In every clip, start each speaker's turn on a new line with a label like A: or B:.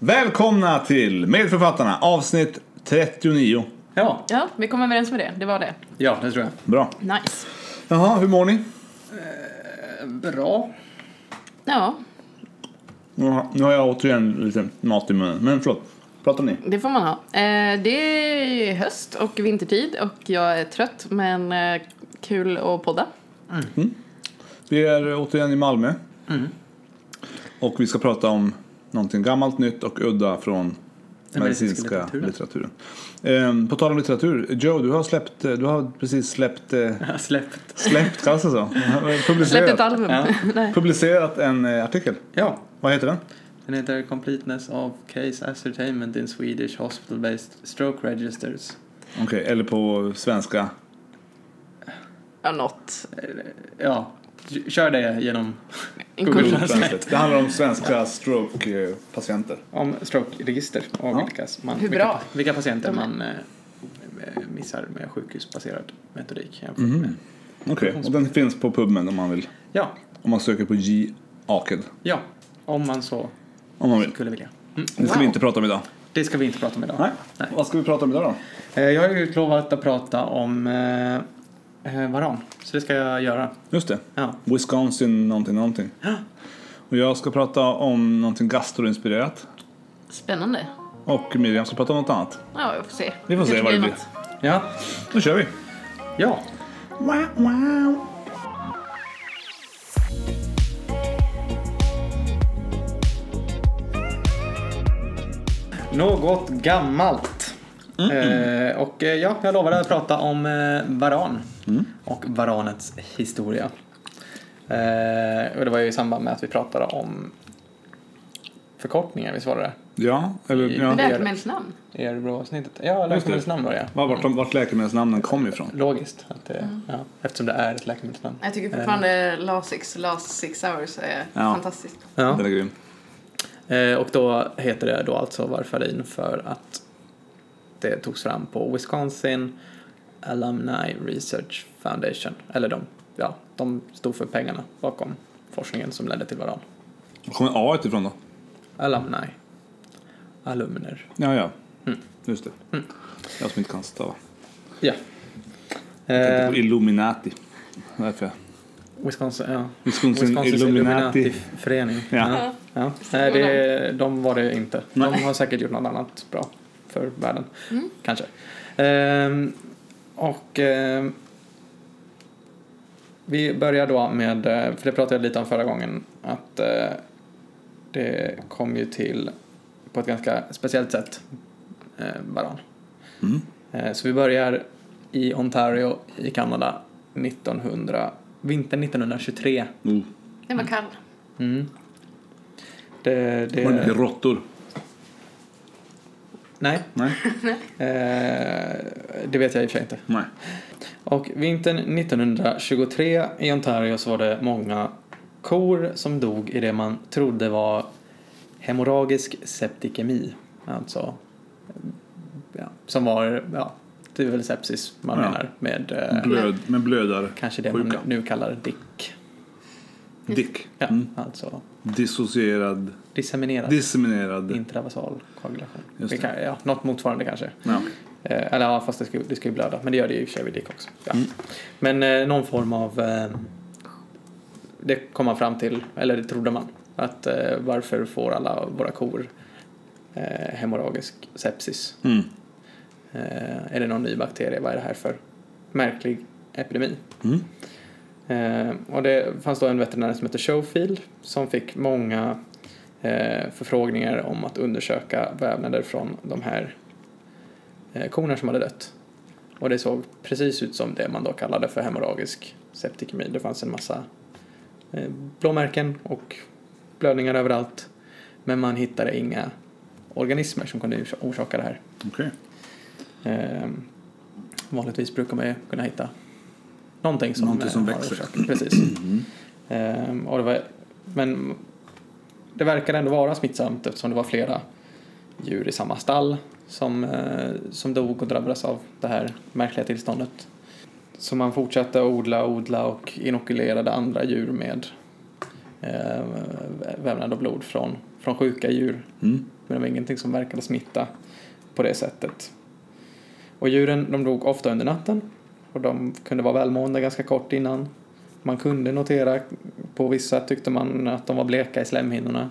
A: Välkomna till Medförfattarna, avsnitt 39.
B: Ja,
C: vi kom överens med det. Det var det.
B: Ja, det tror jag.
A: Bra.
C: Nice.
A: Jaha, hur mår ni?
B: Bra.
C: Ja,
A: Nu har jag återigen lite mat i munnen. Men förlåt, pratar ni?
C: det får man ha. Det är höst och vintertid och jag är trött, men kul att podda.
A: Vi är återigen i Malmö. Och vi ska prata om någonting gammalt, nytt och udda från den medicinska litteraturen. På tal om litteratur, Joe, du har precis släppt kallas det så?
C: Släppt ett album.
A: Ja. Publicerat en artikel.
B: Ja.
A: Vad heter den?
B: Den heter Completeness of Case Ascertainment in Swedish Hospital-Based Stroke Registers.
A: Okej, eller på svenska?
C: Ja, något.
B: Ja, kör det genom
C: Google
B: Translate.
A: Det handlar om svenska stroke-patienter.
B: Om stroke-register och
C: Hur bra?
B: vilka patienter man missar med sjukhusbaserad metodik.
A: Okej, och den finns på PubMed om man vill.
B: Ja.
A: Om man söker på J. Aked.
B: Ja, om man så
A: Om man vill.
B: skulle vilja.
A: Det ska vi inte prata om idag.
B: Det ska vi inte prata om idag.
A: Nej. Vad ska vi prata om idag då?
B: Jag har ju utlovat att prata om varan. Så det ska jag göra.
A: Just det.
B: Ja.
A: Wisconsin någonting. Och jag ska prata om någonting gastroinspirerat.
C: Spännande.
A: Och Miriam ska prata om något annat.
C: Ja, vi får se.
A: Vi får se
C: Kanske
A: vad det
C: blir
A: blir.
C: något.
B: Ja.
A: Då kör vi.
B: Ja.
A: Wow.
B: Något gammalt. Jag lovade att prata om varan och varanets historia. Och det var ju i samband med att vi pratade om förkortningar, visst var det?
A: Ja, eller ja.
C: Läkemedelsnamn.
B: I Örebro-avsnittet. Ja, läkemedelsnamn var det.
A: Vart läkemedelsnamnen kom ifrån.
B: Logiskt, att ja, eftersom det är ett läkemedelsnamn.
C: Jag tycker fortfarande last 6 hours är fantastiskt.
B: Ja.
A: Det är grym.
B: Och då heter det då alltså varfarin för att det togs fram på Wisconsin Alumni Research Foundation. Eller de stod för pengarna bakom forskningen som ledde till varann.
A: Var kommer A ifrån då?
B: Alumner.
A: Ja. Just det. Jag som inte kan stava.
B: Ja.
A: Jag tänkte på Illuminati. Därför Wisconsin
B: Illuminati-förening.
A: Ja.
B: Nej, de var det inte. De har säkert gjort något annat bra för världen. Kanske. Vi börjar då med, för det pratade jag lite om förra gången, att det kom ju till på ett ganska speciellt sätt, varann. Så vi börjar i Ontario i Kanada vintern 1923.
C: Den var kall.
A: Det var mycket råttor.
B: Nej. Det vet jag i och för sig inte.
A: Nej.
B: Och vintern 1923 i Ontario så var det många kor som dog i det man trodde var hemorragisk septikemi. Alltså, som var, det är väl sepsis man menar med
A: blödare.
B: kanske det man nu kallar DIC. Ja, alltså Disseminerad
A: Intravasal
B: koagulation. Något motsvarande kanske.
A: Ja.
B: Eller fast det ska ju blöda. Men det gör det ju i och för sig vid DIC också. Ja. Men någon form av det kom man fram till, eller det trodde man, att varför får alla våra kor hemorragisk sepsis? Är det någon ny bakterie? Vad är det här för märklig epidemi? Och det fanns då en veterinär som heter Schofield som fick många förfrågningar om att undersöka vävnader från de här korna som hade dött. Och det såg precis ut som det man då kallade för hemorragisk septikemi. Det fanns en massa blåmärken och blödningar överallt, men man hittade inga organismer som kunde orsaka det här.
A: Okej.
B: Vanligtvis brukar man ju kunna hitta någonting som
A: växer.
B: Precis. Men det verkar ändå vara smittsamt eftersom det var flera djur i samma stall som dog och drabbades av det här märkliga tillståndet. Så man fortsatte odla och inokulerade andra djur med vävnad och blod från sjuka djur Men det var ingenting som verkade smitta på det sättet. Och djuren, de dog ofta under natten. Och de kunde vara välmående ganska kort innan. Man kunde notera, på vissa tyckte man att de var bleka i slemhinnorna.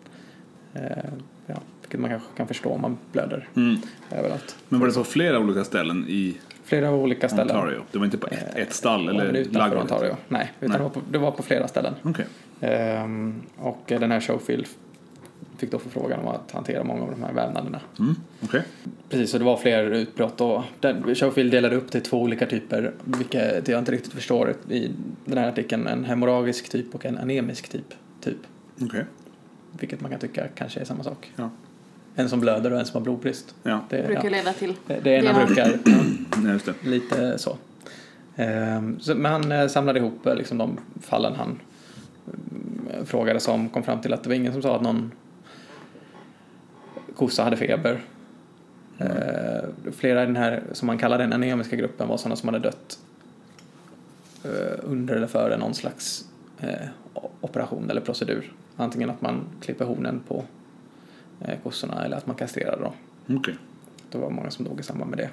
B: Vilket man kanske kan förstå om man blöder överallt.
A: Men var det på flera olika ställen i
B: flera olika ställen?
A: Ontario? Det var inte på ett stall eller
B: utanför Ontario? Nej, utan det var på flera ställen.
A: Okay.
B: Och den här Schofield fick då förfrågan om att hantera många av de här vävnaderna.
A: Okay.
B: Precis, och det var fler utbrott. Och Schofield delade upp till 2 olika typer, vilket jag inte riktigt förstår i den här artikeln. En hemorragisk typ och en anemisk typ.
A: Okay.
B: Vilket man kan tycka kanske är samma sak.
A: Ja.
B: En som blöder och en som har blodbrist.
A: Ja.
C: Det brukar leda till.
B: Det ena brukar
A: just det.
B: lite så. Men han samlade ihop liksom de fallen han frågade som kom fram till att det var ingen som sa att någon kossa hade feber. Flera i den här som man kallar den anemiska gruppen var sådana som hade dött under eller före någon slags operation eller procedur. Antingen att man klipper hornen på kossorna eller att man kastrerar dem.
A: Okay.
B: Det var många som dog i samband med det.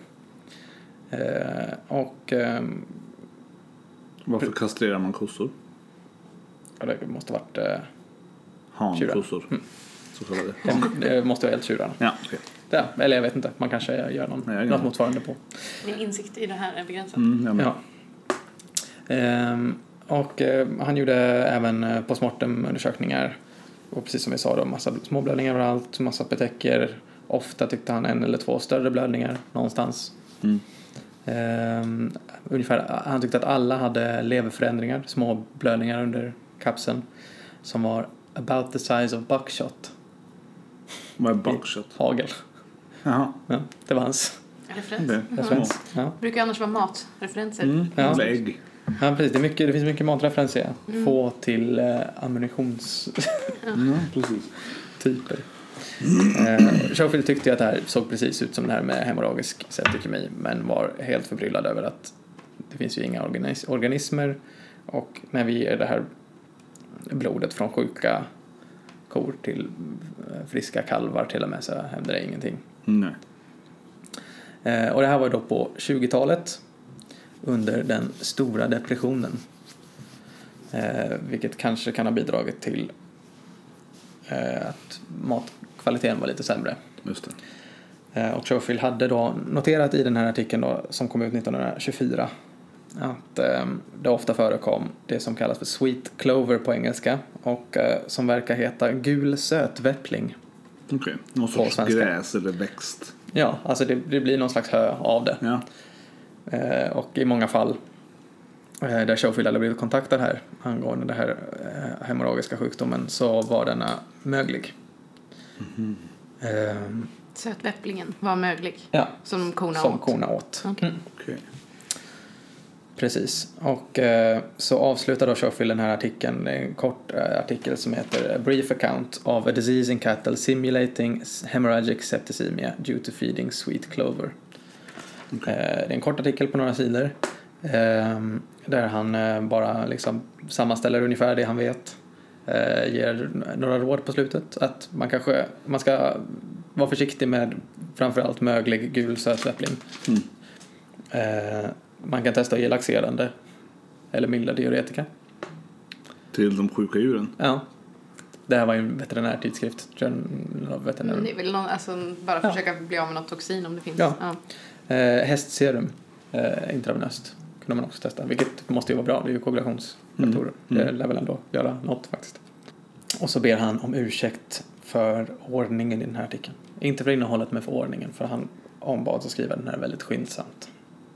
A: Varför kastrerar man kossor?
B: Ja, det måste ha varit
A: hankossor. Så kallade.
B: Det måste vara eltjurar.
A: Ja, okay.
B: Ja, eller jag vet inte. Man kanske gör något motsvarande på.
C: Min insikt i det här är begränsad.
B: Ja. Han gjorde även postmortem-undersökningar. Och precis som vi sa då, massa småblödningar överallt, massa petäcker. Ofta tyckte han 1 eller 2 större blödningar någonstans. Ungefär, han tyckte att alla hade leverförändringar, små blödningar under kapseln som var about the size of buckshot.
A: Vad är buckshot?
B: Hagel.
A: Jaha.
B: Ja, det var hans
C: referens.
B: Ja.
C: Brukar annars vara matreferenser.
A: Eller ägg.
B: Ja, precis. Det finns mycket matreferenser. Få till ammunitions
A: precis.
B: typer. Schofield tyckte att det här såg precis ut som det här med hemorragisk septikemi, men var helt förbryllad över att det finns ju inga organismer, och när vi ger det här blodet från sjuka kor till friska kalvar till och med, så händer det ingenting.
A: Nej.
B: Och det här var då på 20-talet under den stora depressionen, vilket kanske kan ha bidragit till att matkvaliteten var lite sämre.
A: Just
B: det. Och Schofield hade då noterat i den här artikeln då, som kom ut 1924, att det ofta förekom det som kallas för sweet clover på engelska, och som verkar heta gul sötväppling.
A: Okej, någon sorts gräs eller växt.
B: Ja, alltså det blir någon slags hö av det.
A: Ja.
B: Och i många fall där Schofield hade blivit kontaktad här angående den här hemorragiska sjukdomen, så var denna möglig.
C: Sötväpplingen var möglig.
B: Ja,
C: som korna åt.
B: Okay.
A: Okay.
B: Precis. Och så avslutar då Schofield den här artikeln, en kort artikel som heter A Brief Account of a Disease in Cattle Simulating Hemorrhagic Septicemia Due to Feeding Sweet Clover. Okay. Det är en kort artikel på några sidor där han bara liksom sammanställer ungefär det han vet, ger några råd på slutet, att man ska vara försiktig med framförallt möglig gul sötväppling. Man kan testa att ge laxerande eller milda diuretika
A: till de sjuka djuren.
B: Ja. Det här var ju en veterinärtidskrift.
C: Det är väl bara försöka bli av med något toxin om det finns.
B: Ja. Hästserum intravenöst kunde man också testa, vilket måste ju vara bra. Det är ju koagulationsfaktorer. Det lär väl ändå göra något faktiskt. Och så ber han om ursäkt för ordningen i den här artikeln. Inte för innehållet, men för ordningen, för han ombads att skriva den här väldigt skyndsamt.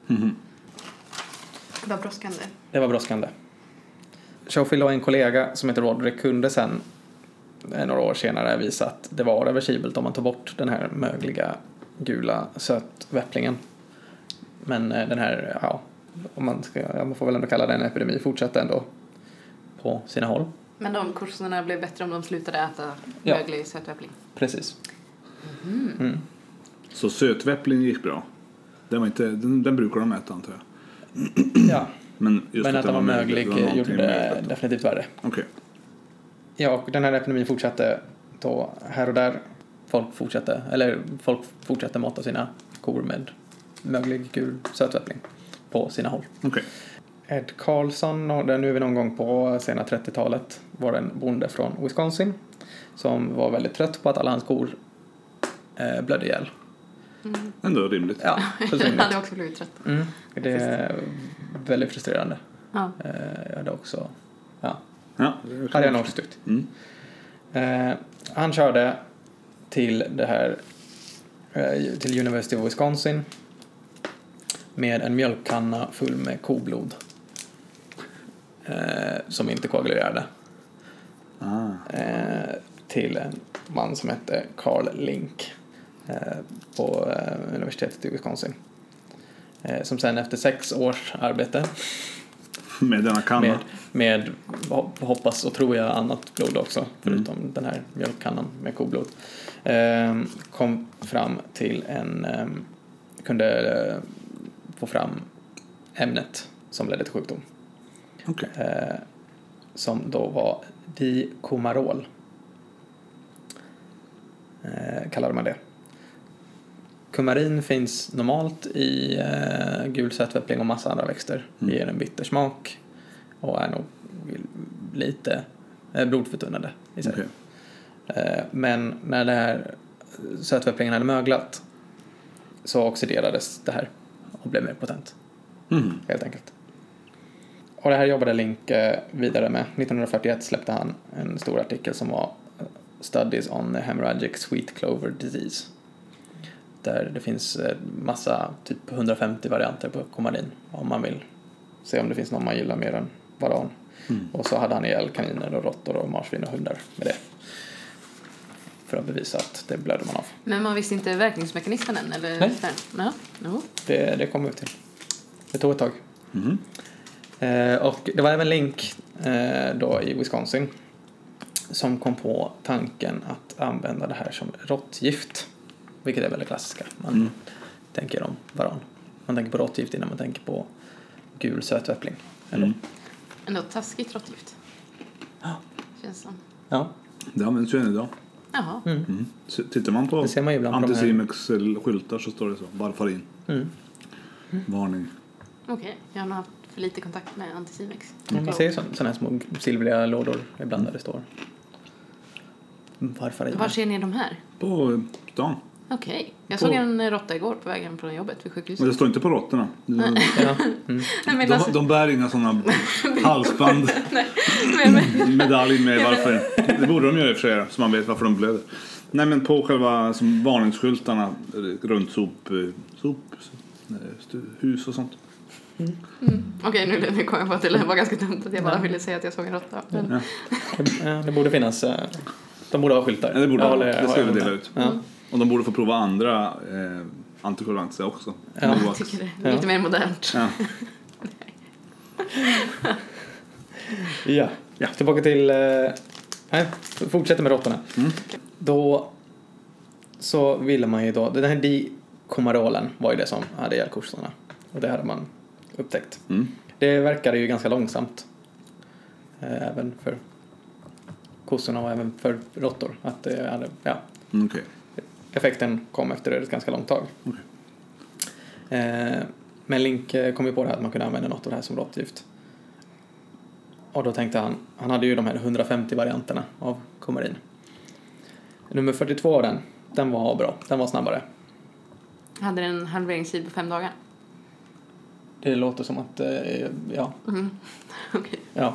C: Det var brådskande.
B: Det var brådskande. Schofield och en kollega som heter Roderick kunde sen några år senare visa att det var reversibelt om man tog bort den här mögliga gula sötväpplingen. Men den här, man får väl ändå kalla den en epidemi, fortsatte ändå på sina håll.
C: Men de kurserna blev bättre om de slutade äta möglig sötväppling.
B: Precis.
A: Så sötväppling gick bra. Den brukar de äta, antar jag.
B: Ja. Men att den var möglig gjorde det definitivt värre.
A: Okay.
B: Ja, och den här epidemin fortsatte då här och där. folk fortsatte mata sina kor med möglig gul sötväppling på sina håll.
A: Okej.
B: Ed Carlson, och nu är vi någon gång på sena 30-talet, var en bonde från Wisconsin som var väldigt trött på att alla hans kor blödde ihjäl.
A: Ändå rimligt.
B: Ja,
C: Jag hade också blivit trött.
B: Det är väldigt frustrerande.
C: Ja.
B: Jag hade också... Ja.
A: Hade
B: Jag nog också tyckt. Han körde till det här till University of Wisconsin med en mjölkkanna full med koblod som inte koagulerade till en man som hette Carl Link på universitetet i Wisconsin som sen efter 6 års arbete
A: med denna kanna
B: med hoppas och tror jag annat blod också förutom den här mjölkkannan med koblod kom fram till kunde få fram ämnet som ledde till sjukdom.
A: Okay.
B: Som då var dicumarol. Kallade man det. Kumarin finns normalt i gul sötväppling och massa andra växter. Det ger en bitter smak och är nog lite blodförtunnande i sig. Okay. Men när det här sötväpplingen hade möglat så oxiderades det här och blev mer potent. Helt enkelt. Och det här jobbade Link vidare med. 1941 släppte han en stor artikel som var Studies on the Hemorrhagic Sweet Clover Disease. Där det finns massa, typ 150 varianter på kumarin. Om man vill se om det finns någon man gillar mer än varan. Och så hade han ihjäl kaniner och råttor och marsvin och hundar med det. För att bevisa att det blöder man av.
C: Men man visste inte verkningsmekanismen än? Eller?
B: Nej.
C: Ja. No.
B: Det kom vi till. Det tog ett tag. Och det var även Link då i Wisconsin som kom på tanken att använda det här som råttgift. Vilket är väldigt klassiska. Man tänker om varan. Man tänker på råttgift innan man tänker på gul sötväppling.
C: Ändå taskigt råttgift.
B: Ja.
C: Känns som.
B: Ja.
A: Det används ju än idag.
C: Jaha.
A: Tittar man på Anticimex skyltar så står det så. Varfarin. Varning.
C: Okej. Jag har nog haft för lite kontakt med Anticimex.
B: Man ser sådana här små silvriga lådor ibland där det står varfarin.
C: Var ser ni de här?
A: På stan.
C: Okej. Jag såg en råtta igår på vägen från jobbet vid sjukhuset.
A: Men det står inte på råttorna.
C: Alltså...
A: De bär inga sådana halsband. Medalj med varför. Det borde de göra i och för sig, så man vet varför de blöder. Nej, men på själva som varningsskyltarna runt hus och sånt.
C: Okej, nu kom jag på att det var ganska dumt att jag bara ville säga att jag såg en råtta.
B: Det borde finnas... De borde ha skyltar.
A: Ja, det ska vi dela ut. Och de borde få prova andra antikoagulantia också.
C: Jag tycker det är lite mer modernt.
B: Ja. Tillbaka till... fortsätter med råttorna. Då så ville man ju då... Den här dicumarolen var ju det som hade ihjäl kossorna. Och det hade man upptäckt. Det verkade ju ganska långsamt. Även för kossorna och även för råttor. Att det hade... Ja.
A: Okay.
B: Effekten kom efter ett ganska långt tag. Men Link kom ju på det här att man kunde använda något av det här som råttgift. Och då tänkte han hade ju de här 150 varianterna av kumarin. Nummer 42 av den var bra. Den var snabbare.
C: Hade den en halveringstid på 5 dagar?
B: Det låter som att, ja.
C: Okej.
B: Ja.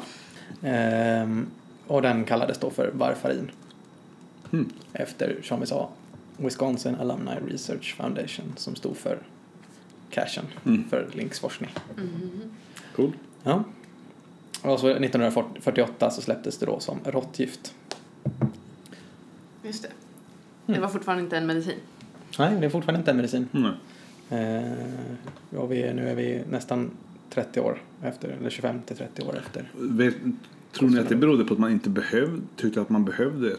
B: Och den kallades då för varfarin. Efter, som vi sa, Wisconsin Alumni Research Foundation som stod för cashen för Links forskning.
A: Cool.
B: Ja. Och så 1948 så släpptes det då som råttgift.
C: Just det. Det var fortfarande inte en medicin.
B: Nej, det är fortfarande inte en medicin. Nu är vi nästan 30 år efter, eller 25-30 år efter.
A: Tror ni att det berodde på att man inte tyckte att man behövde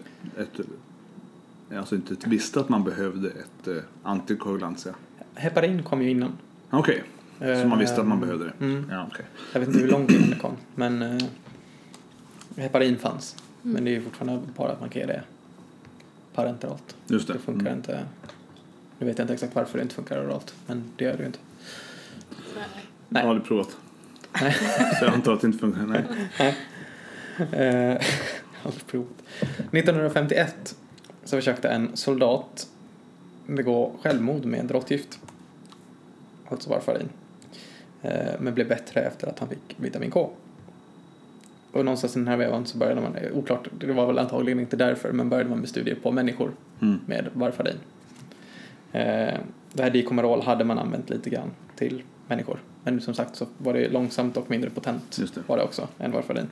A: inte visste att man behövde ett antikoagulantia?
B: Heparin kom ju innan.
A: Okej. Så man visste att man behövde det. Ja, okay.
B: Jag vet inte hur långt innan det kom, men heparin fanns. Men det är ju fortfarande bara att man kan ge det parenteralt.
A: Just det.
B: Det funkar inte. Nu vet jag inte exakt varför det inte funkar oralt, men det gör det ju inte. Nej.
A: Jag har aldrig provat.
B: Nej.
A: Så jag antar att det inte funkar. Nej.
B: Aldrig provat. 1951 så försökte en soldat begå självmord med råttgift. Alltså varfarin. Men blev bättre efter att han fick vitamin K. Och någonstans i den här vevan så började man, oklart, det var väl antagligen inte därför, men började man med studier på människor med varfarin. Det här Dicomerol hade man använt lite grann till människor. Men som sagt så var det långsamt och mindre potent var det också än varfarin.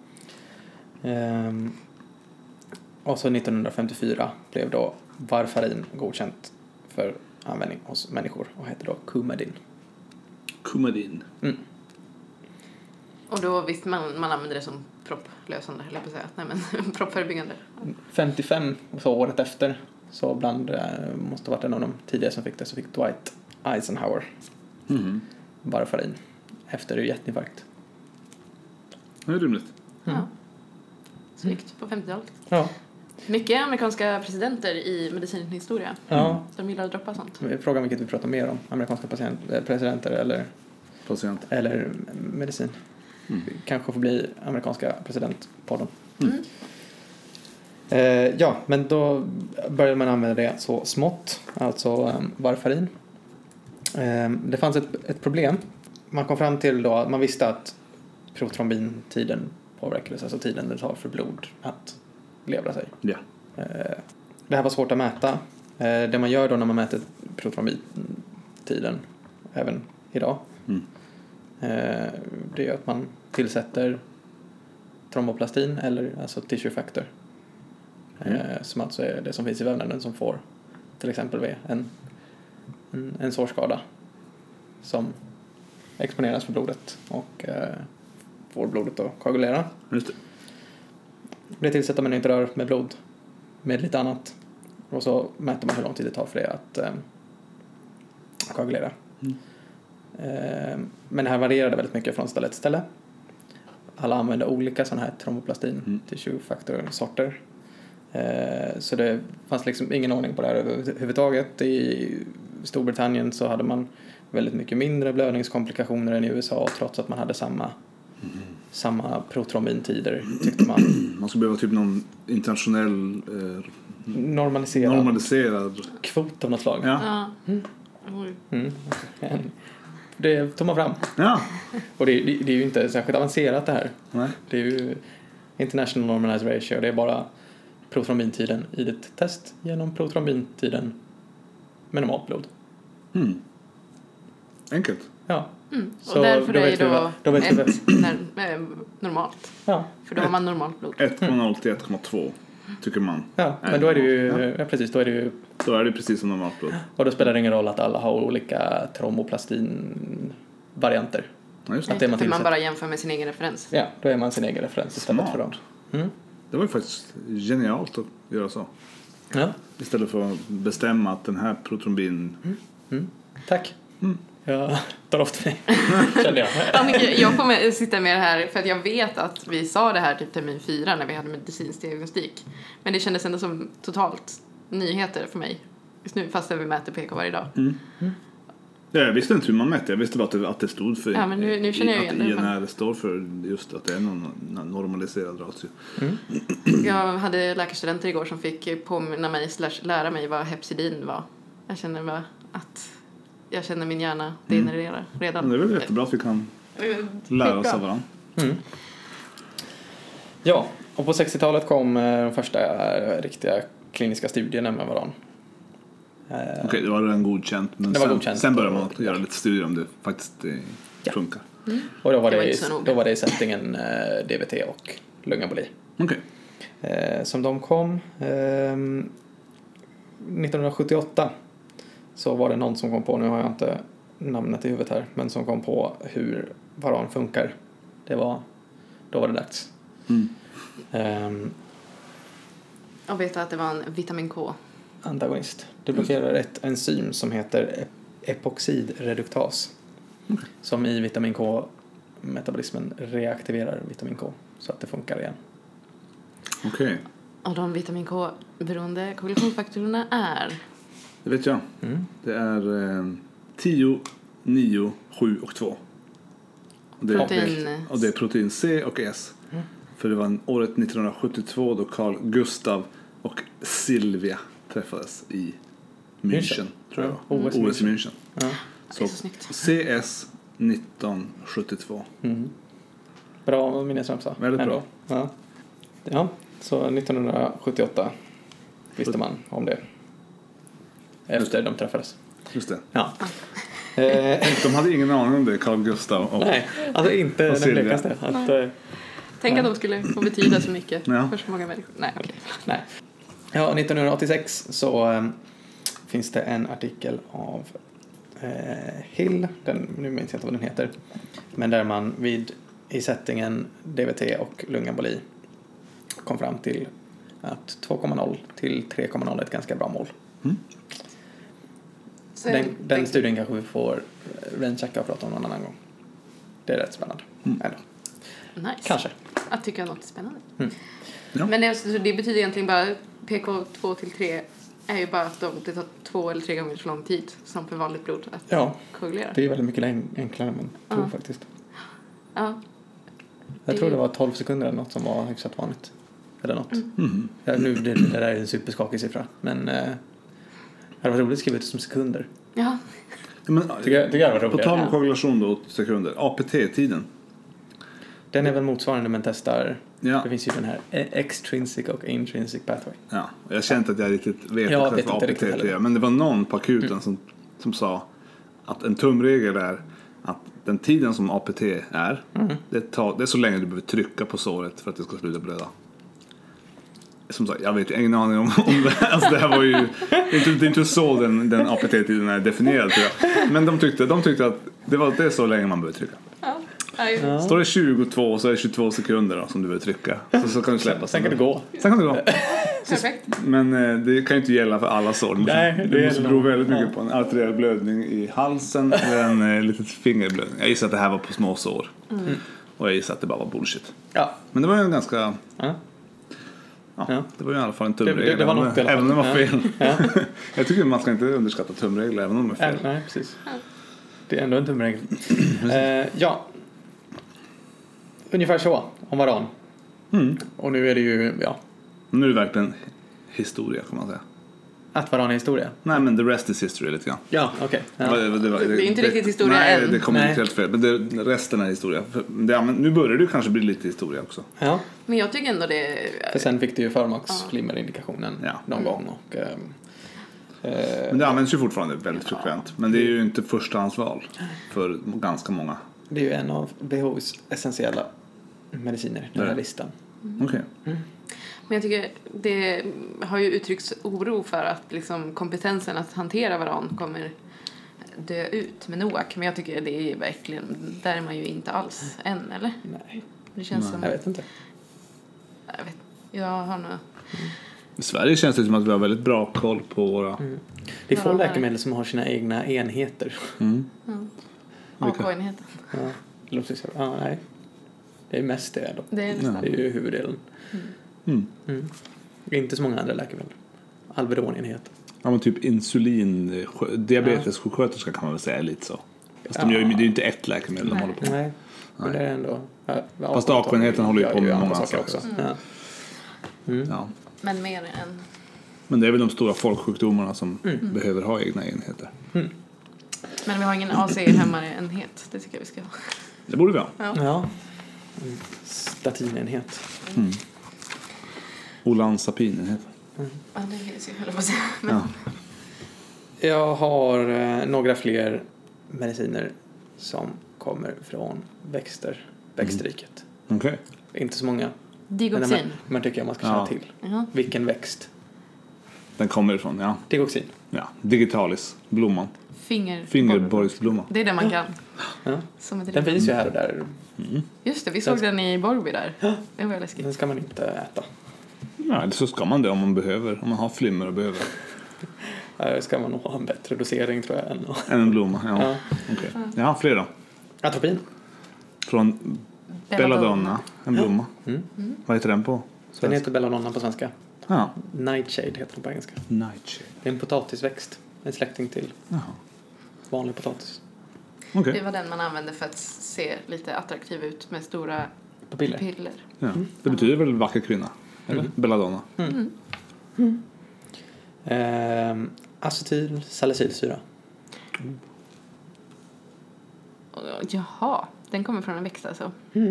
B: Och så 1954 blev då varfarin godkänt för användning hos människor och hette då Coumadin.
A: Coumadin.
C: Och då visste man använde det som propplösande, eller på att säga. Nej, men proppförebyggande.
B: 55, så året efter, så måste ha varit en av de tidigare som fick det, så fick Dwight Eisenhower varfarin efter hjärtinfarkt.
A: Det är rimligt.
C: Ja. Snyggt på 50-talet.
B: Ja.
C: Mycket amerikanska presidenter i medicinhistoria.
B: Ja.
C: De gillar att droppa sånt.
B: Frågan vilket vi pratar mer om. Amerikanska presidenter eller medicin. Kanske får bli amerikanska presidentpodden. Ja, men då började man använda det så smått. Alltså varfarin. Det fanns ett problem. Man kom fram till då, man visste att protrombintiden påverkades, alltså tiden det tar för blod att levra sig.
A: Ja.
B: Det här var svårt att mäta. Det man gör då när man mäter protrombintiden, även idag, det är att man tillsätter tromboplastin, eller alltså tissue factor, som alltså är det som finns i vävnaden som får till exempel vid en sårskada som exponeras för blodet och får blodet att koagulera.
A: Just det.
B: Det tillsätter man inte rör med blod med lite annat. Och så mäter man hur lång tid det tar för det att koagulera. Men det här varierade väldigt mycket från ställe till ställe. Alla använde olika sådana här tromboplastin tissue factor sorter. Så det fanns liksom ingen ordning på det här överhuvudtaget. I Storbritannien så hade man väldigt mycket mindre blödningskomplikationer än i USA, trots att man hade samma protrombintider, tyckte man.
A: Man skulle behöva typ någon internationell normaliserad
B: kvot av något slag.
A: Ja.
B: Det tog man fram.
A: Ja.
B: Och det är ju inte särskilt avancerat det här.
A: Nej.
B: Det är ju International Normalized Ratio. Det är bara protrombintiden i ditt test genom protrombintiden med normalt blod.
A: Enkelt.
B: Ja.
C: Så och därför är det då normalt.
B: Ja.
C: För då har man normalt blod.
A: 1,0 till 1,2 tycker man.
B: Ja, men då är det ju precis, då är det
A: precis som normalt blod.
B: Och då spelar det ingen roll att alla har olika tromboplastin-varianter.
A: Ja, just det.
B: Att det
C: För man bara jämför med sin egen referens.
B: Ja, då är man sin egen referens istället för dem.
A: Det var ju faktiskt genialt att göra så.
B: Ja.
A: Istället för att bestämma att den här protrombin...
B: Tack. Jag tar ofta mig, kände jag.
C: Jag får sitta med det här för att jag vet att vi sa det här typ termin 4 när vi hade medicinsk diagnostik. Men det kändes ändå som totalt nyheter för mig just nu, fast vi mäter PK varje dag.
A: Ja, jag visste inte hur man mätte. Jag visste bara att det stod för...
C: Ja, men nu känner jag igen det.
A: Att INR står för just att det är någon normaliserad ratio.
C: Jag hade läkarstudenter igår som fick påminna mig /lära mig vad hepsidin var. Jag känner min hjärna degenerera redan.
A: Men det är väl jättebra att vi kan lära oss av varandra.
B: Ja, och på 60-talet kom de första riktiga kliniska studierna med varandra.
A: Okej, det var redan godkänt. Men sen började man göra lite studier om det faktiskt funkar.
B: Och då var det i sättningen DVT och lungemboli.
A: Okej.
B: Som de kom 1978 så var det någon som kom på, nu har jag inte namnet i huvudet här, men som kom på hur varan funkar. Då var det dags.
C: Och vet att det var en vitamin K
B: antagonist. Det blockerar ett enzym som heter epoxidreduktas som i vitamin K-metabolismen reaktiverar vitamin K så att det funkar igen.
A: Okej.
C: Och de vitamin K-beroende koagulationsfaktorerna är?
A: Det vet jag. Det är 10, 9, 7 och 2. Och det är protein C och S. För det var året 1972 då Carl Gustav och Silvia träffades i München, tror jag. OS i München.
C: Ja. Så
A: CS 1972.
B: Bra minnesramsa.
A: Väldigt bra.
B: Ja, så 1978 visste man om det. Efter de träffades.
A: Just det.
B: Ja.
A: De hade ingen aning om det, Carl Gustav och
B: nej, alltså inte den blekaste.
C: Tänk att de skulle få betyda så mycket för så många människor. Nej, okej.
B: Nej. Ja, 1986 så finns det en artikel av Hill, nu minns jag inte vad den heter, men där man i settingen DVT och lungemboli kom fram till att 2,0 till 3,0 är ett ganska bra mål. Den studien kanske vi får renchecka och prata om någon annan gång. Det är rätt spännande.
C: Nice.
B: Kanske.
C: Att tycka något är spännande.
A: Ja.
C: Men det betyder egentligen bara PK 2 till 3 är ju bara att det tar 2 eller 3 gånger så lång tid som för vanligt blod att koagulera.
B: Det är väldigt mycket enklare än man tror faktiskt.
C: Ja.
B: Jag tror det var 12 sekunder eller något som var hyfsat vanligt. Eller något. Ja, nu det där är en superskakig siffra. Men det var roligt att skriva ut som sekunder.
C: Ja.
A: Men,
B: tycker jag var roligt.
A: På tal om koagulation då, sekunder. APT-tiden.
B: Den är väl motsvarande men testar.
A: Ja.
B: Det finns ju den här extrinsic och intrinsic pathway.
A: Ja, jag känner inte att jag riktigt vet vad APT är. Men det var någon på akuten som sa att en tumregel är att den tiden som APT är, det är så länge du behöver trycka på såret för att det ska sluta blöda. Som sagt, jag vet ju ingen aning om det. Alltså det här var ju det är inte så den APT-tiden är definierad, tror jag. Men de tyckte att det är så länge man behöver trycka.
C: Ja.
A: Står det 22 så är det 22 22 då, som du behöver trycka. Så kan du släppa.
B: Sen kan det gå.
C: Perfekt.
A: Men det kan ju inte gälla för alla sår.
B: Nej,
A: det måste bero väldigt mycket på en arteriell blödning i halsen eller en litet fingerblödning. Jag gissar att det här var på små sår. Och jag gissar att det bara var bullshit.
B: Ja.
A: Men det var ju en ganska... Ja, det var ju i alla fall en tumregel.
B: Det var något
A: även om det var fel.
B: Ja.
A: Jag tycker man ska inte underskatta tumregler även om de är fel.
B: Nej, precis. Det är ändå en tumregel. Ja. Ungefär så om varann. Och nu är det ju,
A: Nu är det verkligen historia, kan man säga.
B: att varann är historia.
A: Nej, men the rest is history lite grann.
B: Ja, okej.
C: Det är inte riktigt historia än.
A: Nej, det kommer inte helt fel. Men resten är historia. Men nu börjar det kanske bli lite historia också.
B: Ja.
C: Men jag tycker ändå det...
B: För sen fick du ju förmaksflimmerindikationen någon gång. Och,
A: men det används ju fortfarande väldigt frekvent. Men det är ju inte förstahandsval för ganska många.
B: Det är ju en av WHO:s essentiella mediciner, den här listan.
A: Okej.
C: Men jag tycker det har ju uttryckts oro för att liksom kompetensen att hantera varann kommer dö ut med NOAC. Men jag tycker det är verkligen, där är man ju inte alls än, eller?
B: Nej.
C: Det känns som...
B: Jag vet inte.
C: Jag har nog...
A: I Sverige känns det som att vi har väldigt bra koll på våra...
B: Det är få läkemedel som har sina egna enheter.
C: AK-enheten.
B: Ja, nej. Det är mest det då.
C: Det är
B: ju huvuddelen. Inte så många andra läkemedel. Alveronenhet.
A: Ja, men typ insulin, diabetessjuksköterska kan man väl säga lite så. Fast det är ju inte ett läkemedel de håller på med.
B: Nej. Men det är ändå...
A: Fast AK-enheten håller ju på med många saker också.
B: Ja.
C: Men mer än...
A: Men det är väl de stora folksjukdomarna som behöver ha egna enheter.
C: Men vi har ingen AC-hämmare-enhet. Det tycker jag vi ska ha.
A: Det borde vi ha.
B: Ja. Statinenhet.
A: Olanzapinenhet.
C: Ja, det finns ju, höll jag på att säga. Men...
B: Jag har några fler mediciner som kommer från växtriket.
A: Okej.
B: Inte så många.
C: Digoxin.
B: Men tycker jag man ska känna till. Vilken växt?
A: Den kommer ifrån,
B: Digoxin.
A: Ja, digitalis, blomman. Fingerborgsblomma.
C: Det är det man kan.
B: Ja. Den finns ju här och där.
C: Just det, vi såg den i Borgby där. Det var läskigt.
B: Den ska man inte äta.
A: Ja, så ska man det om man behöver. Om man har flimmer och behöver.
B: Ska man nog ha en bättre dosering, tror jag.
A: Än en blomma, ja. Okej. Ja, fler då.
B: Atropin.
A: Från Belladonna, en blomma. Vad heter den på?
B: Den heter Belladonna på svenska.
A: Ja.
B: Nightshade heter den på engelska.
A: Nightshade.
B: Det är en potatisväxt. En släkting till vanlig potatis.
A: Okay.
C: Det var den man använde för att se lite attraktiv ut med stora pupiller.
A: Ja. Det betyder väl vacker kvinna? Eller? Belladonna.
B: Acetylsalicylsyra.
C: Jaha, den kommer från en växt alltså.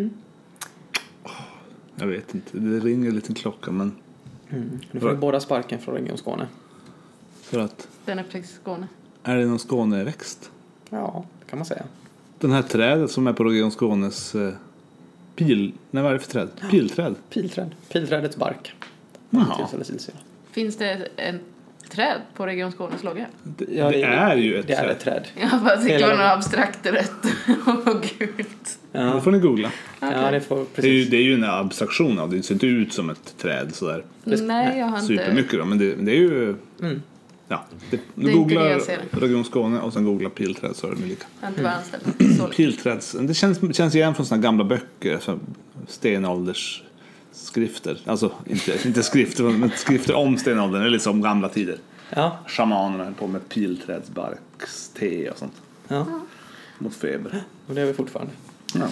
A: Jag vet inte. Det ringer en liten klocka, men...
B: Nu får vi båda sparken från Region Skåne.
A: För att...
C: Den upptäcks i Skåne.
A: Är det någon Skåneväxt?
B: Ja, det kan man säga.
A: Den här trädet som är på Region Skånes Nej, vad är det för träd? Pilträd?
B: Pilträdets bark.
A: Jaha.
C: Finns det en träd på Region Skånes logga?
A: Det är ju ett
B: det
A: träd.
B: Är ett träd.
C: Jag bara tycker det var något abstrakt rött och gult.
A: Ja. Det får ni googla.
B: Ja, det får precis.
A: Det är ju en abstraktion av det. Det ser inte ut som ett träd sådär.
C: Nej, jag har inte...
A: Supermycket då, men det är ju... Ja, du googlar Region Skåne och sen googlar pilträd så är det lika.
C: Jag har inte bara anställd.
A: Pilträds, det känns igen från såna gamla böcker, så stenålders skrifter. Alltså inte skrifter, men skrifter om stenåldern, eller liksom gamla tider.
B: Ja.
A: Shamanerna höll på med pilträdsbarkste och sånt.
B: Ja.
A: Mot feber.
B: Och det är vi fortfarande.
A: Ja.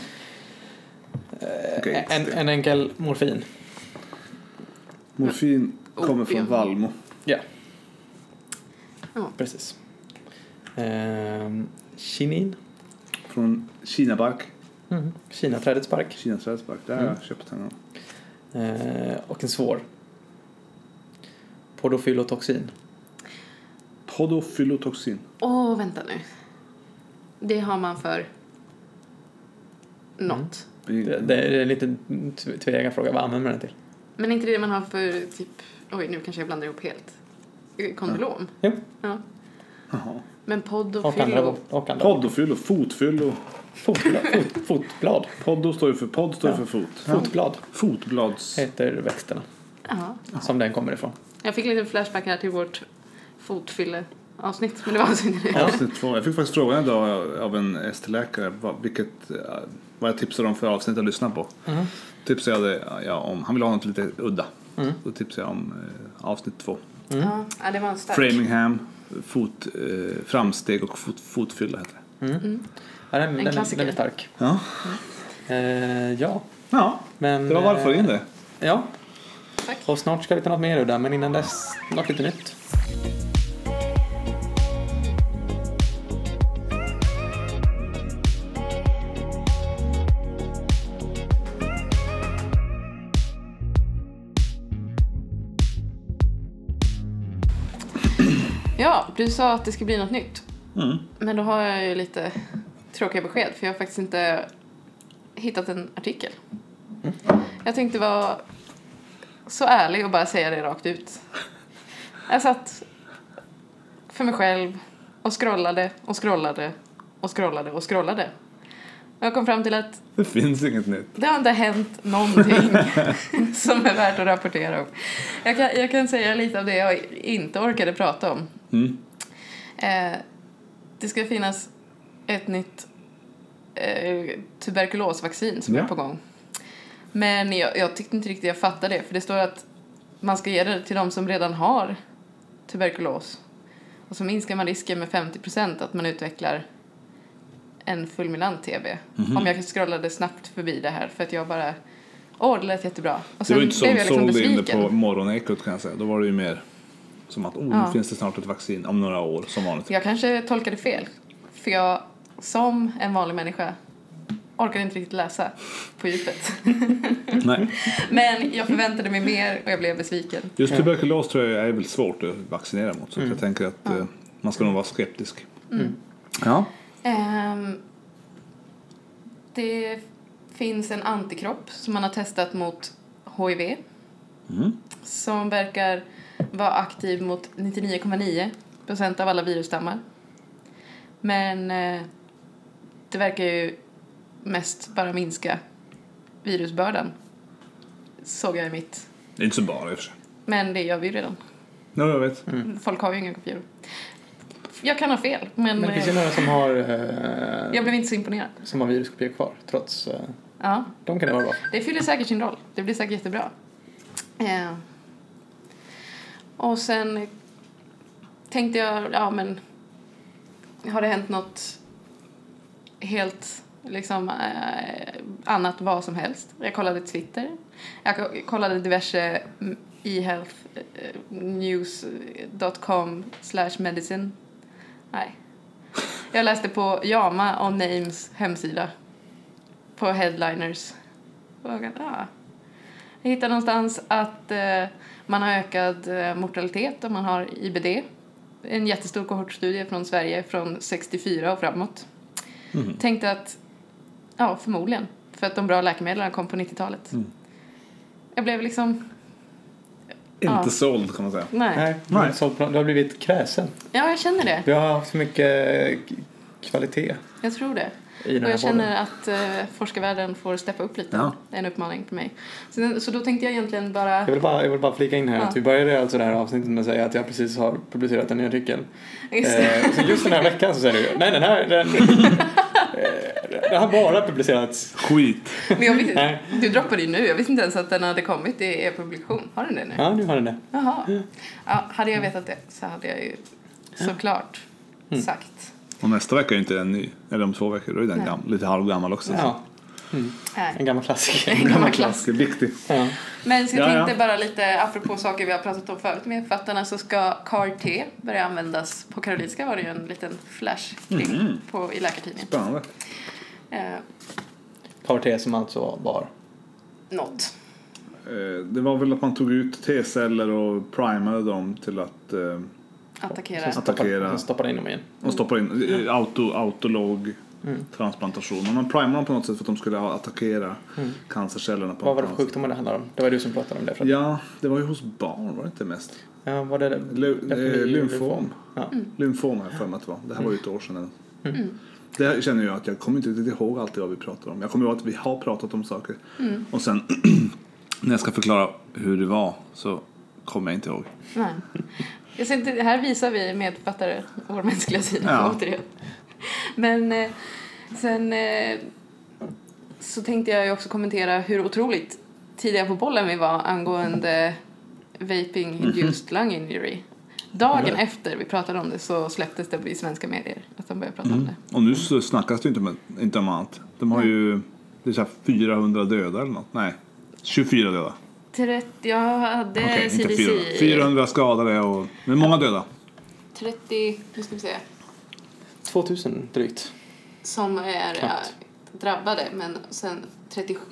A: Okay,
B: en enkel morfin.
A: Morfin kommer från Valmo.
B: Ja. Precis. Kinin.
A: Från Kinabark.
B: Kinaträdets bark.
A: Kinaträdets bark, där har jag köpt den.
B: Och en svår. Podofyllotoxin.
A: Podofyllotoxin.
C: Vänta nu. Det har man för något.
B: Det är en liten tveegad fråga. Vad använder man den till?
C: Men inte det man har för typ... Oj, nu kanske jag blandar ihop helt. Kondylom?
B: Ja.
C: Ja.
A: Jaha.
C: Men podofyllo...
A: Podofyllo, fotfyllo.
B: Fotblad.
A: Poddo står ju för podd, står för fot.
B: Fotblad.
A: Fotblads.
B: Heter växterna.
C: Jaha.
B: Som den kommer ifrån.
C: Jag fick lite flashback här till vårt fotfylle-avsnitt. Men det var alltså inte det.
A: Avsnitt 2. Jag fick faktiskt frågan idag av en ST-läkare vad jag tipsade om för avsnitt att lyssna på. Tipsade jag om, han ville ha något lite udda. Då tipsade jag om avsnitt 2.
C: Ja, det var en stark.
A: Framingham, framsteg och fotfylla heter det.
B: Ja, den är stark.
A: Ja.
B: Ja. Men,
A: det var varför in det.
B: Ja.
C: Tack.
B: Och snart ska vi ta något mer udda, men innan dess något lite nytt.
C: Ja, du sa att det ska bli något nytt. Men då har jag ju lite tråkiga besked. För jag har faktiskt inte hittat en artikel. Jag tänkte vara så ärlig och bara säga det rakt ut. Jag satt för mig själv och scrollade och scrollade och scrollade och scrollade. Och jag kom fram till att
A: det finns inget nytt.
C: Det har inte hänt någonting som är värt att rapportera om. Jag kan säga lite av det jag inte orkade prata om. Det ska finnas ett nytt tuberkulosvaccin som är på gång. Men jag tyckte inte riktigt jag fattade det. För det står att man ska ge det till de som redan har tuberkulos. Och så minskar man risken med 50% att man utvecklar en fulminant TB. Om jag scrollade snabbt förbi det här. För att jag bara... det lät jättebra. Och sen
A: det var inte som
C: liksom
A: sålde in det på morgonekot kan jag säga. Då var det ju mer som att nu finns det snart ett vaccin om några år som vanligt.
C: Jag kanske tolkade fel. För jag, som en vanlig människa, orkade inte riktigt läsa på djupet.
A: Nej.
C: Men jag förväntade mig mer och jag blev besviken.
A: Just tuberkulos tror jag är väl svårt att vaccinera mot. Så jag tänker att man ska nog vara skeptisk. Ja.
C: Det finns en antikropp som man har testat mot HIV. Som verkar vara aktiv mot 99,9% av alla virusstammar. Men det verkar ju mest bara minska virusbördan. Såg jag i mitt.
A: Det är inte så bara i och för sig.
C: Men det gör vi ju redan.
A: Ja, jag vet.
C: Folk har ju inga kopior. Jag kan ha fel. Men
B: det finns ju några som har...
C: jag blev inte så imponerad.
B: Som har viruskopior kvar, trots...
C: Ja.
B: De kan det vara bra.
C: Det fyller säkert sin roll. Det blir säkert jättebra. Och sen tänkte jag, har det hänt något helt liksom annat, vad som helst. Jag kollade Twitter. Jag kollade diverse eHealthnews.com/medicine. Nej. Jag läste på Yama och Names hemsida på headliners. Jag hittade någonstans att man har ökad mortalitet om man har IBD. En jättestor kohortstudie från Sverige från 64 och framåt. Tänkte att, förmodligen. För att de bra läkemedlen kom på 90-talet. Jag blev liksom...
A: Inte såld kan man säga.
B: Nej. Du har blivit kräsen.
C: Ja, jag känner det.
B: Du har haft mycket kvalitet.
C: Jag tror det. Och jag känner att forskarvärlden får steppa upp lite.
A: Ja.
C: Det är en uppmaning för mig. Så då tänkte jag egentligen bara...
B: Jag vill bara flika in här att vi började alltså det här avsnittet med att säga att jag precis har publicerat en ny artikel. Så just den här veckan så säger du, nej den har bara publicerats.
A: Skit.
C: Men jag visste, du droppade ju nu. Jag visste inte ens att den hade kommit i er publikation. Har den det nu?
B: Ja, nu har den det.
C: Jaha. Ja, hade jag vetat det så hade jag ju såklart sagt.
A: Och nästa vecka är inte den ny. Eller om 2 veckor, då är den lite halvgammal också.
B: Ja. En gammal klassiker.
C: En gammal klassiker.
A: Viktig.
B: Ja.
C: Men så jag tänkte bara lite, apropå saker vi har pratat om förut med författarna, så ska CAR-T börja användas på Karolinska. Var det ju en liten flash kring i Läkartidningen.
A: Spännande.
B: CAR-T som alltså var?
C: Något.
A: Det var väl att man tog ut T-celler och primade dem till att attackera.
B: Stoppade in dem igen.
A: Och stoppade in autolog transplantation. Och man primade dem på något sätt för att de skulle attackera cancercellerna.
B: Vad var det för sjukdomar det handlar om? Det var du som pratade om det.
A: Ja, det var ju hos barn, var det inte mest?
B: Ja, var det
A: lymfom. Lymfom har jag för mig att det var. Det här var ju ett år sedan. Det känner jag att jag kommer inte riktigt ihåg alltid vad vi pratar om. Jag kommer ihåg att vi har pratat om saker. Och sen när jag ska förklara hur det var så kommer jag inte ihåg.
C: Nej. Jag ser inte, här visar vi medfattare vår mänskliga sida återigen. Men sen så tänkte jag ju också kommentera hur otroligt tidiga på bollen vi var angående vaping-induced lung injury. Dagen efter vi pratade om det så släpptes det i svenska medier att de började prata om det.
A: Och nu så snackas det inte om annat. De har ju det är så här 400 döda eller något. Nej, 24 döda.
C: Jag hade CDC.
A: 400 skadade och men många döda.
C: 30, nu ska vi se.
B: 2000 drygt.
C: Som är drabbade, men sen 37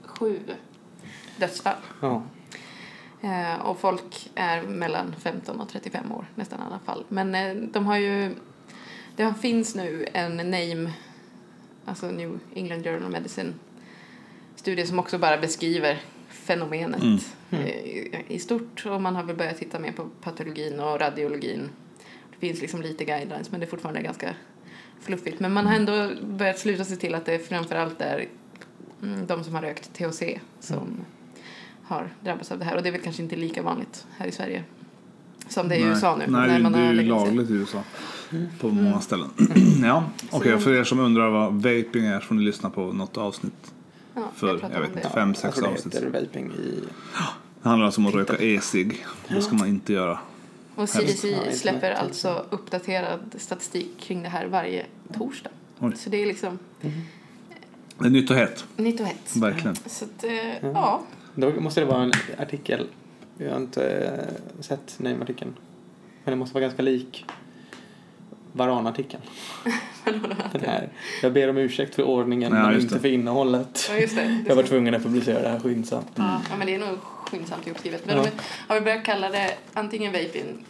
C: dödsfall.
B: Ja.
C: Och folk är mellan 15 och 35 år nästan i alla fall. Men de har ju, det finns nu en NAME, alltså New England Journal of Medicine studie som också bara beskriver fenomenet i stort. Och man har väl börjat titta mer på patologin och radiologin. Det finns liksom lite guidelines, men det är fortfarande ganska fluffigt. Men man har ändå börjat sluta sig till att det framförallt är de som har rökt THC som har drabbats av det här. Och det är väl kanske inte lika vanligt här i Sverige som det är i USA nu.
A: Nej, det är ju lagligt i USA på många ställen. Ja, okej. För er som undrar vad vaping är får ni lyssna på något avsnitt. För, jag vet inte, 5-6 avsnitt.
B: Vaping
A: det handlar alltså om att röka e-cigg. Det ska man inte göra.
C: Och CDC släpper alltså uppdaterad statistik kring det här varje torsdag. Så det är liksom...
A: Det är nytt och hett.
C: Nytt och hett.
A: Verkligen.
C: Så att, ja.
B: Då måste det vara en artikel. Jag har inte sett name-artikeln. Men det måste vara ganska lik Varan-artikeln. Den här. Jag ber om ursäkt för ordningen men inte för innehållet.
C: Ja, just det.
B: Jag var tvungen att publicera det här skyndsamt.
C: Ja, men det är nog skyndsamt uppskrivet. Men har vi börjat kalla det antingen vaping...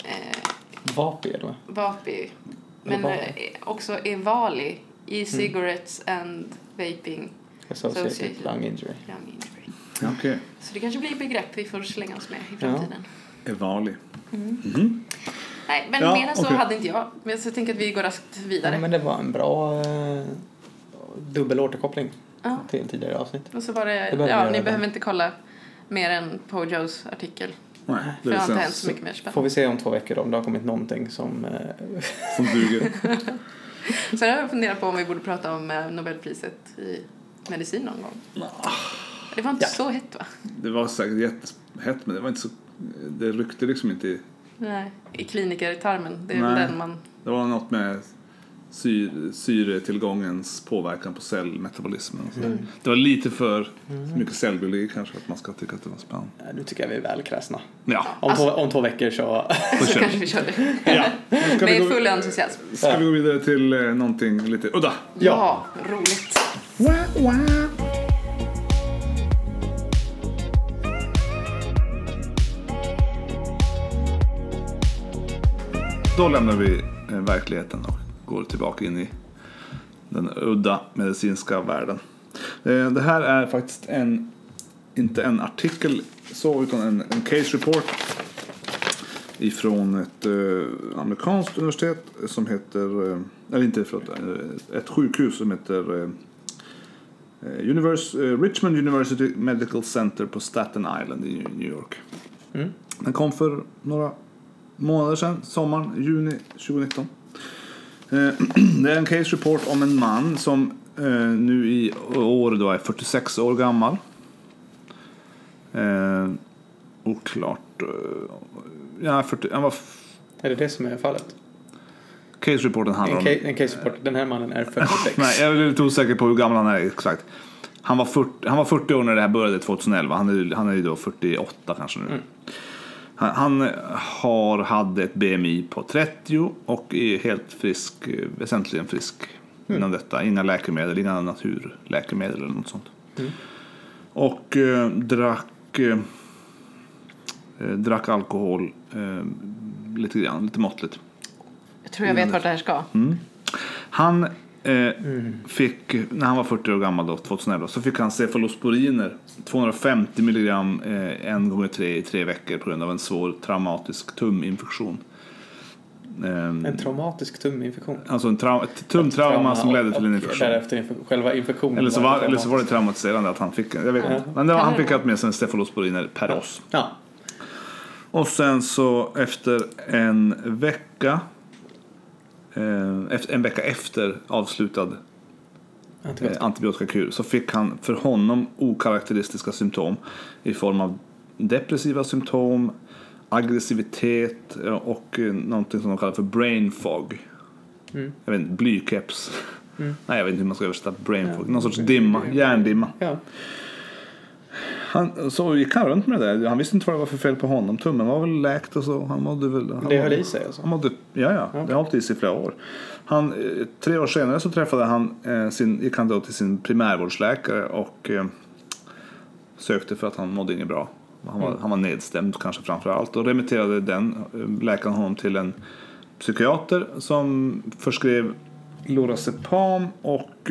B: Vapi är det,
C: Vapi. Men också EVALI. E-cigarettes and vaping
B: associated lung injury.
A: Okay.
C: Så det kanske blir begrepp vi får slänga oss med i framtiden.
A: EVALI.
C: Nej, men mer än så hade inte jag. Men jag tänker att vi går raskt vidare.
B: Ja, men det var en bra dubbel återkoppling till en tidigare avsnitt.
C: Och så var det ni behöver inte kolla mer än på Joes artikel.
A: Nej,
C: för det har inte hänt så mycket mer spännande.
B: Får vi se om 2 veckor om det har kommit någonting som
A: duger.
C: Så jag har funderat på om vi borde prata om Nobelpriset i medicin någon gång. Det var inte så hett, va?
A: Det var säkert jättehett, men det var inte så det ryckte liksom inte.
C: Nej, i klinikertarmen. Det är väl den man...
A: Det var något med syretillgångens påverkan på cellmetabolismen. Det var lite för mycket cellbiologi kanske att man ska tycka att det var spännande.
B: Ja, nu tycker jag vi är väl kräsna.
A: Ja.
B: Om 2 veckor så
C: kanske vi kör det.
A: Ja.
C: Med full entusiasm.
A: Ska vi gå vidare till någonting lite udda?
C: Ja, roligt.
A: Då lämnar vi verkligheten och går tillbaka in i den udda medicinska världen. Det här är faktiskt inte en artikel så, utan en case report ifrån ett amerikanskt universitet som heter, ett sjukhus som heter Richmond University Medical Center på Staten Island i New York. Den kom för några månader sedan, sommaren, juni 2019. Det är en case report om en man som nu i år då är 46 år gammal. Oklart. Han var
B: är det som är fallet?
A: Case-reporten handlar om...
B: En case-report. Den här mannen är 46.
A: Nej, jag är lite osäker på hur gammal han är exakt. Han var 40 år när det här började 2011. Han är ju då 48 kanske nu. Han hade ett BMI på 30 och är helt frisk, väsentligen frisk innan detta. Inga läkemedel, inga naturläkemedel eller något sånt. Och drack alkohol lite grann, lite måttligt.
C: Jag tror jag vet vart det här ska.
A: Han fick, när han var 40 år gammal då, 2011, så fick han cefalosporiner 250 milligram 1x3 i 3 veckor på grund av en svår traumatisk tuminfektion.
B: En traumatisk tuminfektion?
A: Alltså ett tumtrauma som ledde till en infektion.
B: Därefter själva infektionen.
A: Eller så var det traumatiserande att han fick jag vet inte. Men han fick med sig cefalosporiner per oss.
B: Ja.
A: Och sen så efter en vecka efter avslutad antibiotikakur så fick han för honom okaraktäristiska symptom i form av depressiva symptom, aggressivitet och någonting som de kallar för brain fog. Jag vet inte, blykeps. Nej, jag vet inte hur man ska översätta brain fog. Någon sorts dimma, hjärndimma. Ja. Så gick han runt med det där. Han visste inte vad det var för fel på honom. Tummen var väl läkt och så. Han mådde väl...
B: Det höll i sig alltså?
A: Det har hållit i sig i flera år. 3 år senare så träffade han gick han då till sin primärvårdsläkare och sökte för att han mådde inget bra. Han var nedstämd kanske framför allt. Och remitterade den läkaren honom till en psykiater som förskrev lorazepam och...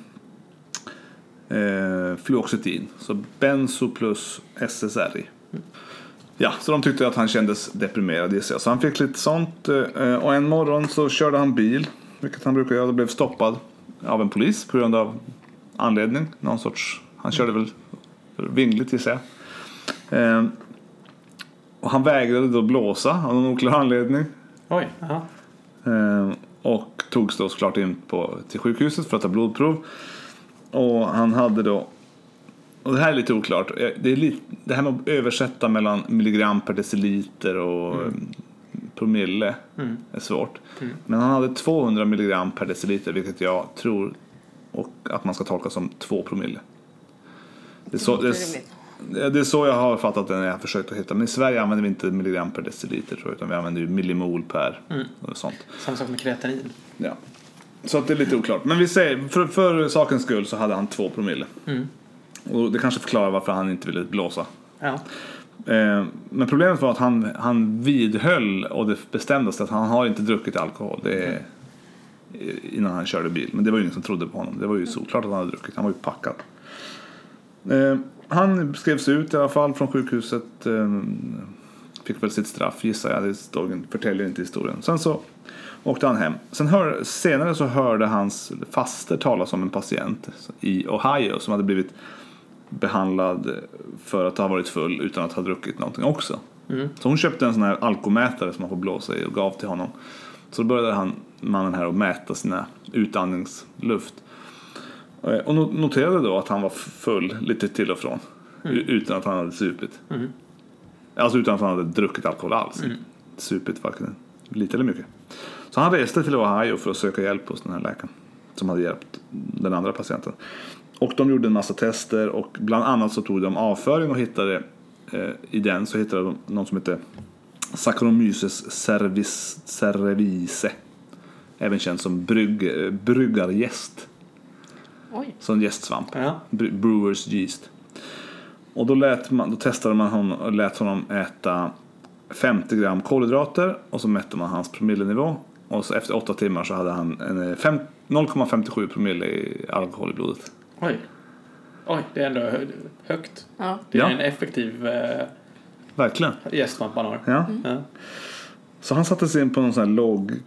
A: fluoxetin, så benzo plus SSRI. Ja, så de tyckte att han kändes deprimerad, så han fick lite sånt. Och en morgon så körde han bil, vilket han brukar göra, och blev stoppad av en polis på grund av anledning, någon sorts, han körde väl vingligt i sig. Och han vägrade då blåsa av någon oklar anledning.
B: Oj, aha.
A: Och togs då såklart in till sjukhuset för att ta blodprov. Och han hade då, och det här är lite oklart, det här med att översätta mellan milligram per deciliter och promille är svårt. Men han hade 200 milligram per deciliter, vilket jag tror och att man ska tolka som 2 promille. Det är så jag har fattat det när jag har försökt att hitta. Men i Sverige använder vi inte milligram per deciliter, tror jag, utan vi använder ju millimol per och sånt.
B: Samma sak med kreatinin. Ja.
A: Så att det är lite oklart. Men vi säger, för sakens skull så hade han 2 promille. Och det kanske förklarar varför han inte ville blåsa.
B: Ja.
A: Men problemet var att han vidhöll och det bestämdes att han har inte druckit alkohol. Det är innan han körde bil. Men det var ju ingen som trodde på honom. Det var ju såklart att han hade druckit. Han var ju packad. Han skrevs ut i alla fall från sjukhuset. Fick väl sitt straff, gissar jag. Det förtäljer inte historien. Sen så åkte han hem. Senare så hörde hans faster talas om en patient i Ohio som hade blivit behandlad för att ha varit full utan att ha druckit någonting också. Så hon köpte en sån här alkomätare som man får blåsa i och gav till honom. Så då började mannen här att mäta sina utandningsluft. Och noterade då att han var full lite till och från utan att han hade supit. Alltså utan att han hade druckit alkohol alls. Supit varken lite eller mycket. Så han reste till Ohio för att söka hjälp hos den här läkaren som hade hjälpt den andra patienten. Och de gjorde en massa tester och bland annat så tog de avföring och hittade i den så hittade de någon som heter Saccharomyces cerevisiae, även känd som bryggarjäst.
C: Oj.
A: Som jästsvamp.
B: Ja.
A: Brewers yeast. Och då testade man honom och lät honom äta 50 gram kolhydrater och så mätte man hans promillenivå. Och så efter 8 timmar så hade han 0,57 promille i alkohol i blodet.
B: Oj, det är ändå högt.
C: Ja.
B: Det är en effektiv
A: Verkligen.
B: jästsvamp man har.
A: Ja. Så han satte sig in på någon sån här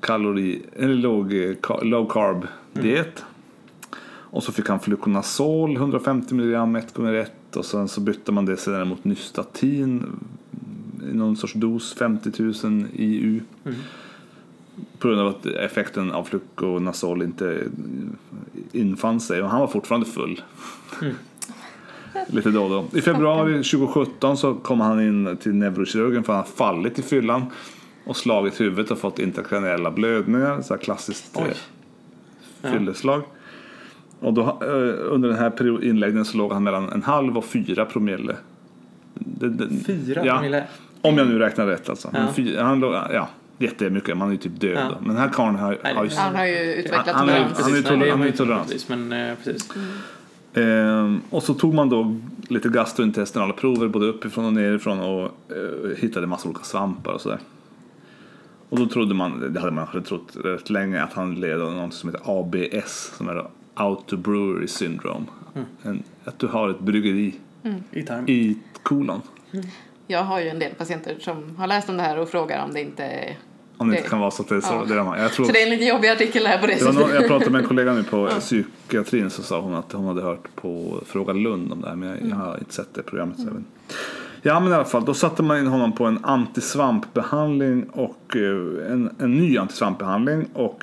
A: low carb diet. Och så fick han fluconazol 150 mg 1x1 och sen så bytte man det sedan mot nystatin i någon sorts dos 50 000 IU. På grund av att effekten av fluconazol inte infann sig och han var fortfarande full. Lite då och då. I februari 2017 så kom han in till neurokirurgen för han hade fallit i fyllan och slagit huvudet och fått intrakraniella blödningar, så här klassiskt fylleslag. Och då, under den här inläggningen så låg han mellan 1,5 och 4 promille.
B: 4 promille?
A: Om jag nu räknar rätt alltså. Han låg, jättemycket, man är ju typ död då. Men den här karln
C: han har ju utvecklat
A: han är tolerans.
B: Men precis.
A: Och så tog man då lite gastrointestinala prover både uppifrån och nerifrån och hittade massa olika svampar och sådär. Och då trodde man, det hade man trott rätt länge, att han led av något som heter ABS, som är Autobrewery Syndrome. Att du har ett bryggeri i kolon.
C: Jag har ju en del patienter som har läst om det här och frågar om det inte
A: kan vara så att det är så. Jag tror,
C: så det är en lite jobbig artikel här på det sättet.
A: Jag pratade med en kollega nu på psykiatrin, så sa hon att hon hade hört på Fråga Lund om det här, men jag har inte sett det programmet. Ja, men i alla fall, då satte man in honom på en antisvampbehandling och en ny antisvampbehandling och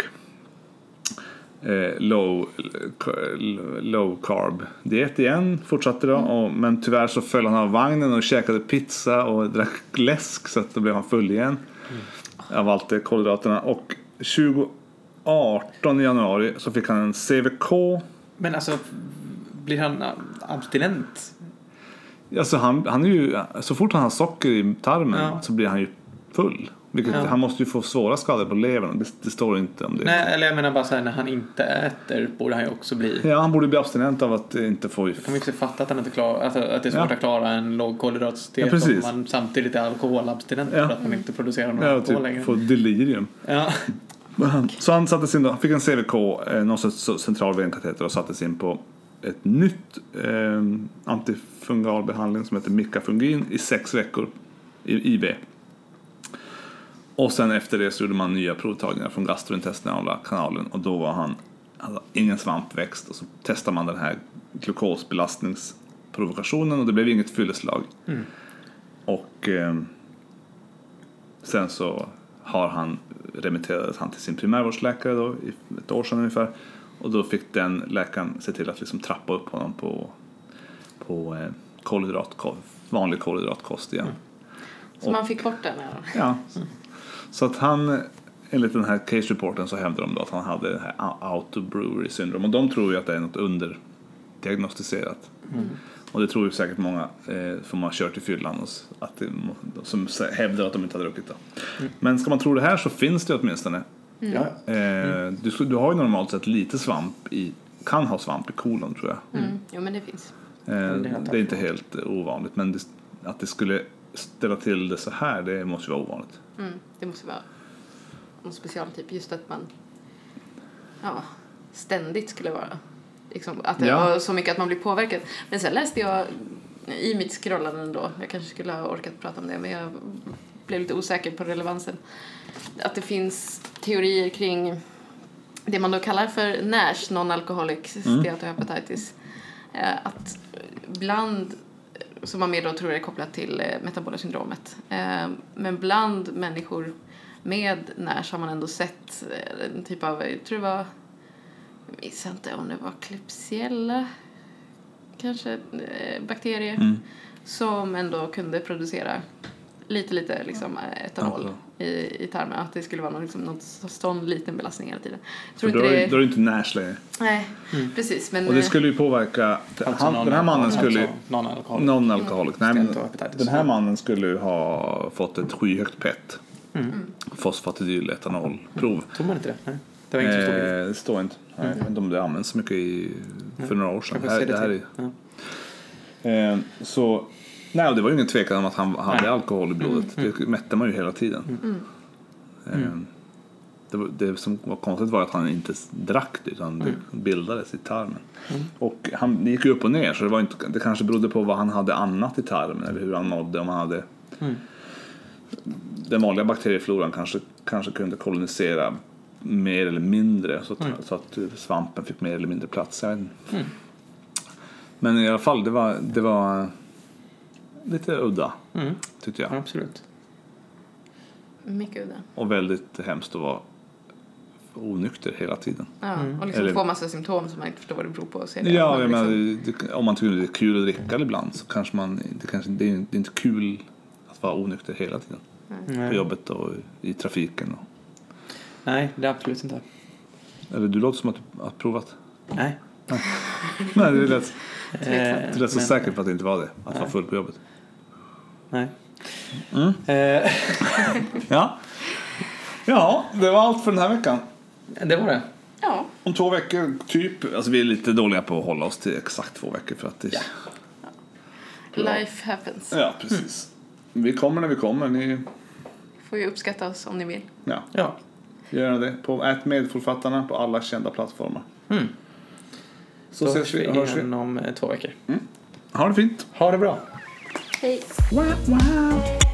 A: low carb diet igen fortsatte då, men tyvärr så föll han av vagnen och käkade pizza och drack läsk, så att då blev han full igen av allt det kolhydraterna. Och 2018 i januari så fick han en CVK. Men
B: alltså, blir han abstinent?
A: Alltså han är ju, så fort han har socker i tarmen så blir han ju full. Han måste ju få svåra skador på levern. Det står inte om det.
B: Nej, eller jag menar bara så här, när han inte äter borde han ju också bli.
A: Ja, han borde bli abstinent av att inte få.
B: Jag kan ju inte fatta att han inte klarar, att det är svårt att klara en låg kolhydratsdiet om man samtidigt är alkoholabstinent för att man inte producerar någon alkohol längre.
A: Får delirium. Ja. Så han sattes in då, fick en CVK, någon sorts central venkateter och sattes in på ett nytt antifungal behandling som heter Micafungin i 6 veckor i IV. Och sen efter det så gjorde man nya provtagningar från gastrointestinala kanalen och då var han ingen svampväxt, och så testade man den här glukosbelastningsprovokationen och det blev inget fylleslag. Och sen så har han remitterades han till sin primärvårdsläkare då i ett år sedan ungefär, och då fick den läkaren se till att liksom trappa upp honom på vanlig kolhydratkost igen.
C: Så man fick bort den här.
A: Ja. Så att han, enligt den här case-reporten så hävdade de då att han hade det här autobrewery syndrome, och de tror ju att det är något underdiagnostiserat. Och det tror ju säkert många för man har kört i fyllan som hävdar att de inte har druckit då. Men ska man tro det här så finns det åtminstone. Du har ju normalt sett lite kan ha svamp i kolon, tror jag.
C: Jo, men det finns.
A: Det är inte helt ovanligt, men att det skulle ställa till det så här, det måste vara ovanligt.
C: Det måste vara någon specialtyp, just att man ständigt skulle vara liksom, att det var så mycket att man blir påverkad. Men sen läste jag i mitt scrollande ändå, jag kanske skulle ha orkat prata om det, men jag blev lite osäker på relevansen, att det finns teorier kring det man då kallar för NASH, non-alcoholic steatohepatitis, att bland, som man mer då tror är kopplat till metabola syndromet, men bland människor med NASH har man ändå sett en typ av, jag tror det var, jag minns inte om det var Klebsiella kanske bakterier som ändå kunde producera lite liksom etanol i tarmen. Att det skulle vara någon sån liten belastning hela tiden.
A: Tror inte det... Då är det inte NASH längre.
C: Nej, precis. Men...
A: Och det skulle ju påverka... den här mannen skulle... Non-alkoholik. Nej, men den här mannen skulle ju ha fått ett skyhögt PET. Fosfatidyletanolprov.
B: Tog man inte det? Nej. Det var inget som stod i det.
A: Det står inte. Nej, jag vet inte om det används så mycket för några år sedan. Så... Nej, det var ju ingen tvekan om att han hade alkohol i blodet. Det mätte man ju hela tiden. Det som var konstigt var att han inte drack det, utan det bildades i tarmen. Och han gick ju upp och ner, så det kanske berodde på vad han hade annat i tarmen eller hur han mådde. Om han hade den vanliga bakteriefloran kanske kunde kolonisera mer eller mindre så att svampen fick mer eller mindre plats. Men i alla fall, det var lite udda, tyckte jag.
B: Absolut.
C: Mycket udda.
A: Och väldigt hemskt att vara onykter hela tiden.
C: Ja, och liksom få massa symptom som man inte förstår vad det beror på.
A: Om man tycker det är kul att dricka ibland så kanske det är inte kul att vara onykter hela tiden. På jobbet och i trafiken.
B: Nej, det är absolut inte.
A: Eller du låter som att du har provat.
B: Nej.
A: Nej, det är rätt så säkert på att det inte var det. Att vara full på jobbet.
B: Nej.
A: Ja, det var allt för den här veckan.
B: Det var det.
C: Ja.
A: Om 2 veckor typ. Alltså vi är lite dåliga på att hålla oss till exakt 2 veckor för att det...
C: Life happens.
A: Ja, precis. Vi kommer när vi kommer. Ni
C: får ju uppskatta oss om ni vill.
B: Ja.
A: Gör det på @medförfattarna på alla kända plattformar.
B: Så ses vi igen om 2 veckor.
A: Ha det fint.
B: Ha det bra.
C: Hej.
A: Wow.